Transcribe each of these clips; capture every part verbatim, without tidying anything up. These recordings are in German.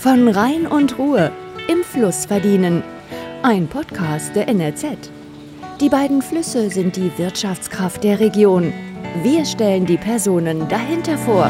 Von Rhein und Ruhr im Fluss verdienen. Ein Podcast der N R Z. Die beiden Flüsse sind die Wirtschaftskraft der Region. Wir stellen die Personen dahinter vor.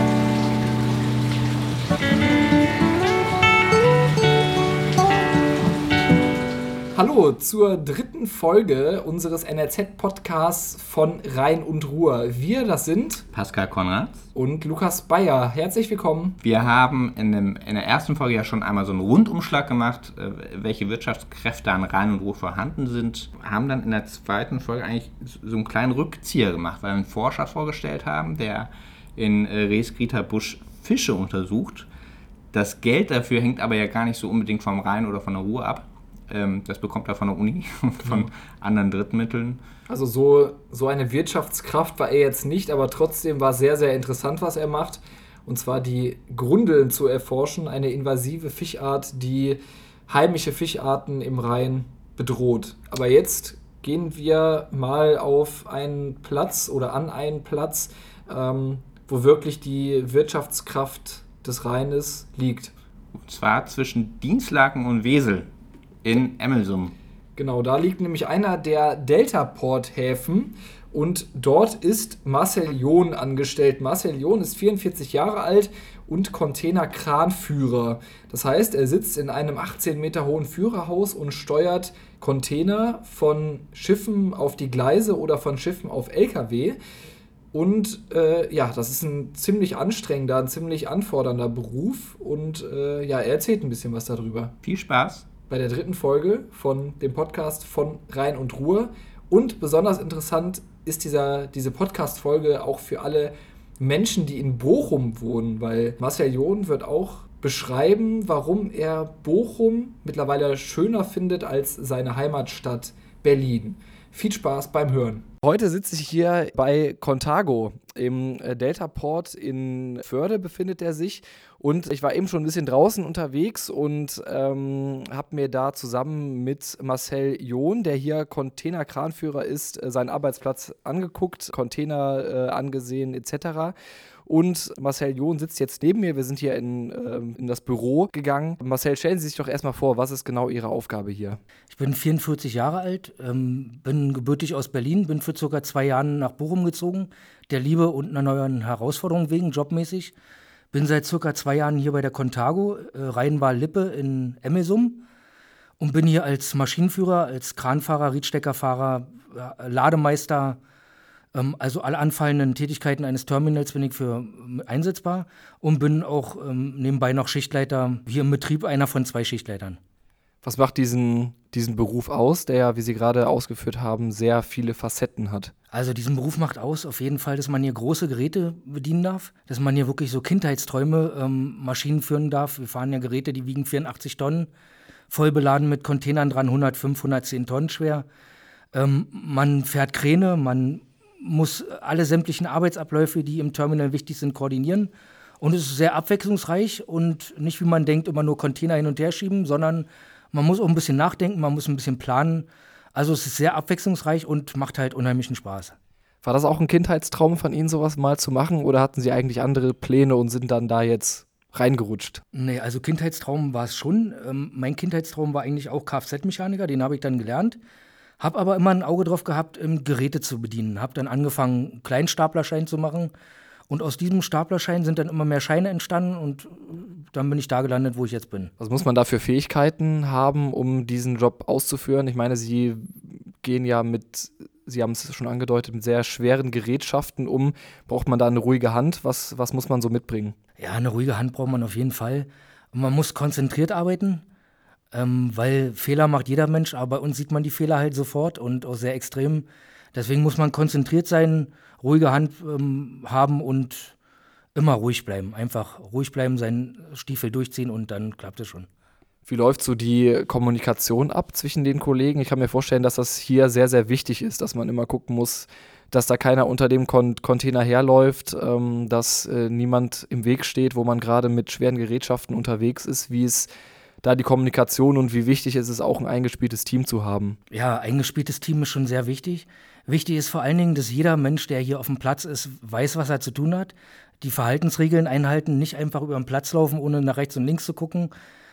Hallo zur dritten Folge unseres N R Z-Podcasts von Rhein und Ruhr. Wir, das sind Pascal Konrad und Lukas Bayer. Herzlich willkommen. Wir haben in, dem, in der ersten Folge ja schon einmal so einen Rundumschlag gemacht, welche Wirtschaftskräfte an Rhein und Ruhr vorhanden sind. Haben dann in der zweiten Folge eigentlich so einen kleinen Rückzieher gemacht, weil wir einen Forscher vorgestellt haben, der in Rees-Grieta-Busch Fische untersucht. Das Geld dafür hängt aber ja gar nicht so unbedingt vom Rhein oder von der Ruhr ab. Das bekommt er von der Uni und von ja. anderen Drittmitteln. Also so, so eine Wirtschaftskraft war er jetzt nicht, aber trotzdem war sehr, sehr interessant, was er macht. Und zwar die Grundeln zu erforschen, eine invasive Fischart, die heimische Fischarten im Rhein bedroht. Aber jetzt gehen wir mal auf einen Platz oder an einen Platz, ähm, wo wirklich die Wirtschaftskraft des Rheines liegt. Und zwar zwischen Dinslaken und Wesel. In Emmelsum. Genau, da liegt nämlich einer der Delta-Port-Häfen und dort ist Marcel John angestellt. Marcel John ist vierundvierzig Jahre alt und Container-Kranführer. Das heißt, er sitzt in einem achtzehn Meter hohen Führerhaus und steuert Container von Schiffen auf die Gleise oder von Schiffen auf L K W. Und äh, ja, das ist ein ziemlich anstrengender, ein ziemlich anfordernder Beruf und äh, ja, er erzählt ein bisschen was darüber. Viel Spaß bei der dritten Folge von dem Podcast von Rhein und Ruhr. Und besonders interessant ist dieser, diese Podcast-Folge auch für alle Menschen, die in Bochum wohnen, weil Marcel John wird auch beschreiben, warum er Bochum mittlerweile schöner findet als seine Heimatstadt Berlin. Viel Spaß beim Hören. Heute sitze ich hier bei Contago. Im Delta-Port in Förde befindet er sich. Und ich war eben schon ein bisschen draußen unterwegs und ähm, habe mir da zusammen mit Marcel John, der hier Container-Kranführer ist, äh, seinen Arbeitsplatz angeguckt, Container äh, angesehen et cetera. Und Marcel John sitzt jetzt neben mir. Wir sind hier in, ähm, in das Büro gegangen. Marcel, stellen Sie sich doch erstmal vor, was ist genau Ihre Aufgabe hier? Ich bin vierundvierzig Jahre alt, ähm, bin gebürtig aus Berlin, bin für circa zwei Jahren nach Bochum gezogen, der Liebe und einer neuen Herausforderung wegen, jobmäßig. Bin seit circa zwei Jahren hier bei der Contago, äh, Rheinwahl-Lippe in Emmelsum und bin hier als Maschinenführer, als Kranfahrer, Riedsteckerfahrer, äh, Lademeister, ähm, also alle anfallenden Tätigkeiten eines Terminals bin ich für äh, einsetzbar und bin auch ähm, nebenbei noch Schichtleiter, hier im Betrieb einer von zwei Schichtleitern. Was macht diesen, diesen Beruf aus, der ja, wie Sie gerade ausgeführt haben, sehr viele Facetten hat? Also diesen Beruf macht aus auf jeden Fall, dass man hier große Geräte bedienen darf, dass man hier wirklich so Kindheitsträume ähm, Maschinen führen darf. Wir fahren ja Geräte, die wiegen vierundachtzig Tonnen, voll beladen mit Containern dran, hundertfünf, hundertzehn Tonnen schwer. Ähm, man fährt Kräne, man muss alle sämtlichen Arbeitsabläufe, die im Terminal wichtig sind, koordinieren. Und es ist sehr abwechslungsreich und nicht, wie man denkt, immer nur Container hin und her schieben, sondern man muss auch ein bisschen nachdenken, man muss ein bisschen planen. Also es ist sehr abwechslungsreich und macht halt unheimlichen Spaß. War das auch ein Kindheitstraum von Ihnen, sowas mal zu machen? Oder hatten Sie eigentlich andere Pläne und sind dann da jetzt reingerutscht? Nee, also Kindheitstraum war es schon. Ähm, mein Kindheitstraum war eigentlich auch Kfz-Mechaniker, den habe ich dann gelernt. Habe aber immer ein Auge drauf gehabt, um Geräte zu bedienen. Habe dann angefangen, einen kleinen Staplerschein zu machen. Und aus diesem Staplerschein sind dann immer mehr Scheine entstanden und dann bin ich da gelandet, wo ich jetzt bin. Was muss man da für Fähigkeiten haben, um diesen Job auszuführen? Ich meine, Sie gehen ja mit, Sie haben es schon angedeutet, mit sehr schweren Gerätschaften um. Braucht man da eine ruhige Hand? Was, was muss man so mitbringen? Ja, eine ruhige Hand braucht man auf jeden Fall. Und man muss konzentriert arbeiten, ähm, weil Fehler macht jeder Mensch, aber bei uns sieht man die Fehler halt sofort und auch sehr extrem. Deswegen muss man konzentriert sein, ruhige Hand ähm, haben und immer ruhig bleiben. Einfach ruhig bleiben, seinen Stiefel durchziehen und dann klappt es schon. Wie läuft so die Kommunikation ab zwischen den Kollegen? Ich kann mir vorstellen, dass das hier sehr, sehr wichtig ist, dass man immer gucken muss, dass da keiner unter dem Kon- Container herläuft, ähm, dass äh, niemand im Weg steht, wo man gerade mit schweren Gerätschaften unterwegs ist. Wie ist da die Kommunikation und wie wichtig ist es auch, ein eingespieltes Team zu haben? Ja, eingespieltes Team ist schon sehr wichtig. Wichtig ist vor allen Dingen, dass jeder Mensch, der hier auf dem Platz ist, weiß, was er zu tun hat. Die Verhaltensregeln einhalten, nicht einfach über den Platz laufen, ohne nach rechts und links zu gucken.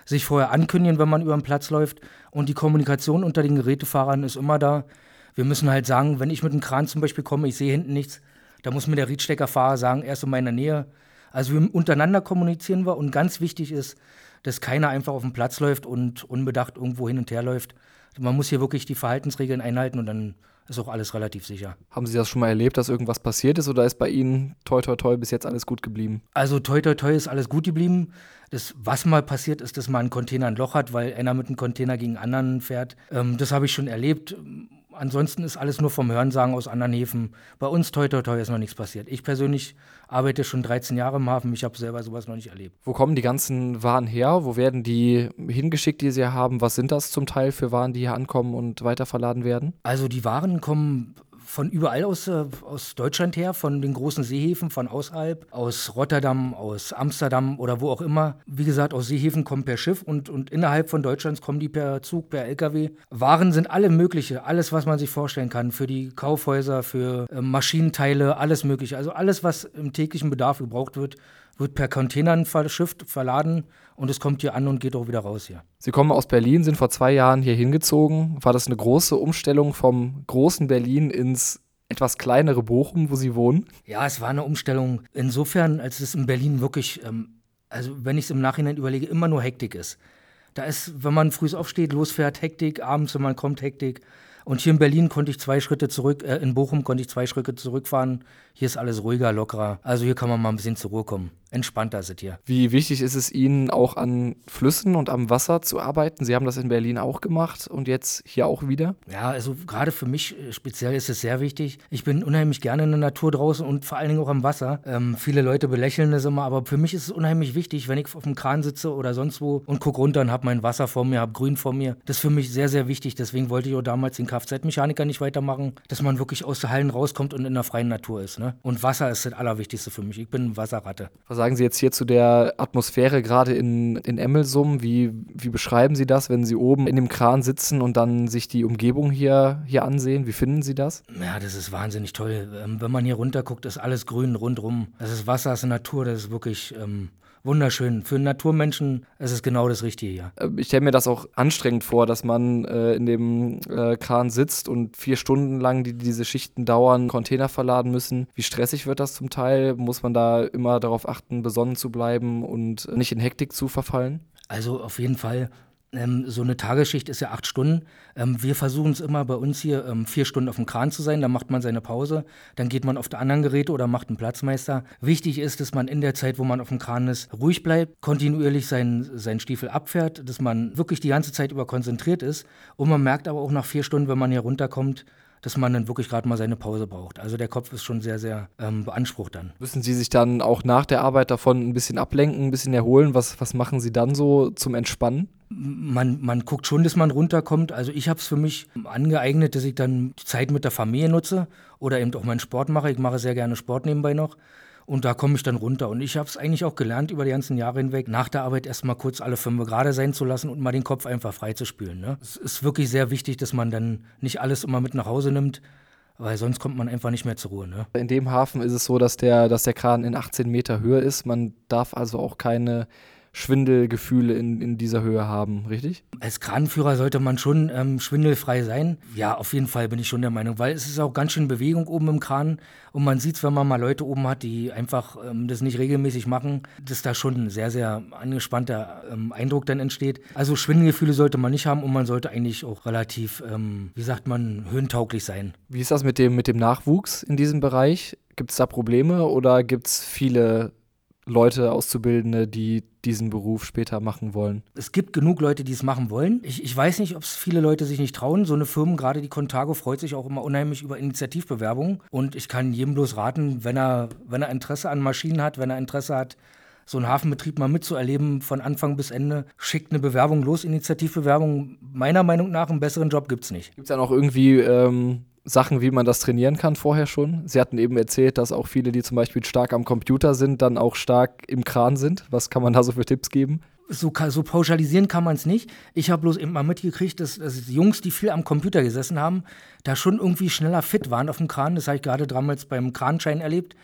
sich vorher ankündigen, wenn man über den Platz läuft. Und die Kommunikation unter den Gerätefahrern ist immer da. Wir müssen halt sagen, wenn ich mit einem Kran zum Beispiel komme, ich sehe hinten nichts, da muss mir der Riedsteckerfahrer sagen, er ist in meiner Nähe. Also wir untereinander kommunizieren wir und ganz wichtig ist, dass keiner einfach auf den Platz läuft und unbedacht irgendwo hin und her läuft. Man muss hier wirklich die Verhaltensregeln einhalten und dann ist auch alles relativ sicher. Haben Sie das schon mal erlebt, dass irgendwas passiert ist oder ist bei Ihnen toi toi toi bis jetzt alles gut geblieben? Also toi toi toi ist alles gut geblieben. Das, was mal passiert ist, dass mal ein Container ein Loch hat, weil einer mit einem Container gegen einen anderen fährt. Ähm, das habe ich schon erlebt. Ansonsten ist alles nur vom Hörensagen aus anderen Häfen. Bei uns toi toi toi ist noch nichts passiert. Ich persönlich arbeite schon dreizehn Jahre im Hafen. Ich habe selber sowas noch nicht erlebt. Wo kommen die ganzen Waren her? Wo werden die hingeschickt, die Sie haben? Was sind das zum Teil für Waren, die hier ankommen und weiterverladen werden? Also die Waren kommen von überall aus, äh, aus Deutschland her, von den großen Seehäfen, von außerhalb, aus Rotterdam, aus Amsterdam oder wo auch immer. Wie gesagt, aus Seehäfen kommen per Schiff und, und innerhalb von Deutschlands kommen die per Zug, per L K W. Waren sind alle mögliche, alles, was man sich vorstellen kann, für die Kaufhäuser, für äh, Maschinenteile, alles mögliche. Also alles, was im täglichen Bedarf gebraucht wird, wird per Containern verschifft, verladen und es kommt hier an und geht auch wieder raus hier. Sie kommen aus Berlin, sind vor zwei Jahren hier hingezogen. War das eine große Umstellung vom großen Berlin ins etwas kleinere Bochum, wo Sie wohnen? Ja, es war eine Umstellung insofern, als es in Berlin wirklich, ähm, also wenn ich es im Nachhinein überlege, immer nur Hektik ist. Da ist, wenn man früh aufsteht, losfährt, Hektik, abends, wenn man kommt, Hektik. Und hier in Berlin konnte ich zwei Schritte zurück, äh, in Bochum konnte ich zwei Schritte zurückfahren. Hier ist alles ruhiger, lockerer. Also hier kann man mal ein bisschen zur Ruhe kommen. Entspannter ist es hier. Wie wichtig ist es Ihnen, auch an Flüssen und am Wasser zu arbeiten? Sie haben das in Berlin auch gemacht und jetzt hier auch wieder? Ja, also gerade für mich speziell ist es sehr wichtig. Ich bin unheimlich gerne in der Natur draußen und vor allen Dingen auch am Wasser. Ähm, viele Leute belächeln das immer, aber für mich ist es unheimlich wichtig, wenn ich auf dem Kran sitze oder sonst wo und gucke runter und habe mein Wasser vor mir, habe Grün vor mir. Das ist für mich sehr, sehr wichtig. Deswegen wollte ich auch damals den Kfz-Mechaniker nicht weitermachen, dass man wirklich aus den Hallen rauskommt und in der freien Natur ist. Ne? Und Wasser ist das Allerwichtigste für mich. Ich bin eine Wasserratte. Was sagen Sie jetzt hier zu der Atmosphäre gerade in, in Emmelsum? Wie, wie beschreiben Sie das, wenn Sie oben in dem Kran sitzen und dann sich die Umgebung hier, hier ansehen? Wie finden Sie das? Ja, das ist wahnsinnig toll. Ähm, wenn man hier runter guckt, ist alles grün rundrum. Das ist Wasser, das ist Natur, das ist wirklich ähm, wunderschön. Für einen Naturmenschen ist es genau das Richtige hier. Ich stelle mir das auch anstrengend vor, dass man äh, in dem äh, Kran sitzt und vier Stunden lang, die diese Schichten dauern, Container verladen müssen. Wie stressig wird das zum Teil? Muss man da immer darauf achten, besonnen zu bleiben und nicht in Hektik zu verfallen? Also auf jeden Fall. Ähm, so eine Tagesschicht ist ja acht Stunden. Ähm, wir versuchen es immer bei uns hier ähm, vier Stunden auf dem Kran zu sein. Dann macht man seine Pause. Dann geht man auf die anderen Geräte oder macht einen Platzmeister. Wichtig ist, dass man in der Zeit, wo man auf dem Kran ist, ruhig bleibt, kontinuierlich seinen, seinen Stiefel abfährt, dass man wirklich die ganze Zeit über konzentriert ist. Und man merkt aber auch nach vier Stunden, wenn man hier runterkommt, dass man dann wirklich gerade mal seine Pause braucht. Also der Kopf ist schon sehr, sehr ähm, beansprucht dann. Müssen Sie sich dann auch nach der Arbeit davon ein bisschen ablenken, ein bisschen erholen? Was, was machen Sie dann so zum Entspannen? Man, man guckt schon, dass man runterkommt. Also ich habe es für mich angeeignet, dass ich dann Zeit mit der Familie nutze oder eben auch meinen Sport mache. Ich mache sehr gerne Sport nebenbei noch. Und da komme ich dann runter. Und ich habe es eigentlich auch gelernt über die ganzen Jahre hinweg, nach der Arbeit erstmal kurz alle fünf gerade sein zu lassen und mal den Kopf einfach frei zu spülen. Ne? Es ist wirklich sehr wichtig, dass man dann nicht alles immer mit nach Hause nimmt, weil sonst kommt man einfach nicht mehr zur Ruhe. Ne? In dem Hafen ist es so, dass der, dass der Kran in achtzehn Meter Höhe ist. Man darf also auch keine Schwindelgefühle in, in dieser Höhe haben, richtig? Als Kranführer sollte man schon ähm, schwindelfrei sein. Ja, auf jeden Fall bin ich schon der Meinung, weil es ist auch ganz schön Bewegung oben im Kran und man sieht es, wenn man mal Leute oben hat, die einfach ähm, das nicht regelmäßig machen, dass da schon ein sehr, sehr angespannter ähm, Eindruck dann entsteht. Also Schwindelgefühle sollte man nicht haben und man sollte eigentlich auch relativ, ähm, wie sagt man, höhentauglich sein. Wie ist das mit dem, mit dem Nachwuchs in diesem Bereich? Gibt es da Probleme oder gibt es viele Leute, Auszubildende, die diesen Beruf später machen wollen? Es gibt genug Leute, die es machen wollen. Ich, ich weiß nicht, ob es viele Leute sich nicht trauen. So eine Firma, gerade die Contago, freut sich auch immer unheimlich über Initiativbewerbungen. Und ich kann jedem bloß raten, wenn er, wenn er Interesse an Maschinen hat, wenn er Interesse hat, so einen Hafenbetrieb mal mitzuerleben, von Anfang bis Ende, schickt eine Bewerbung los, Initiativbewerbung. Meiner Meinung nach einen besseren Job gibt es nicht. Gibt es dann auch irgendwie ähm Sachen, wie man das trainieren kann vorher schon? Sie hatten eben erzählt, dass auch viele, die zum Beispiel stark am Computer sind, dann auch stark im Kran sind. Was kann man da so für Tipps geben? So, so pauschalisieren kann man es nicht. Ich habe bloß eben mal mitgekriegt, dass, dass die Jungs, die viel am Computer gesessen haben, da schon irgendwie schneller fit waren auf dem Kran. Das habe ich gerade damals beim Kranschein erlebt.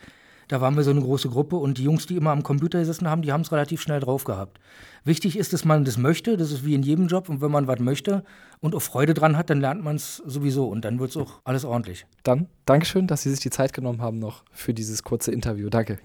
Da waren wir so eine große Gruppe und die Jungs, die immer am Computer gesessen haben, die haben es relativ schnell drauf gehabt. Wichtig ist, dass man das möchte, das ist wie in jedem Job und wenn man was möchte und auch Freude dran hat, dann lernt man es sowieso und dann wird es auch alles ordentlich. Dann Dankeschön, dass Sie sich die Zeit genommen haben noch für dieses kurze Interview. Danke.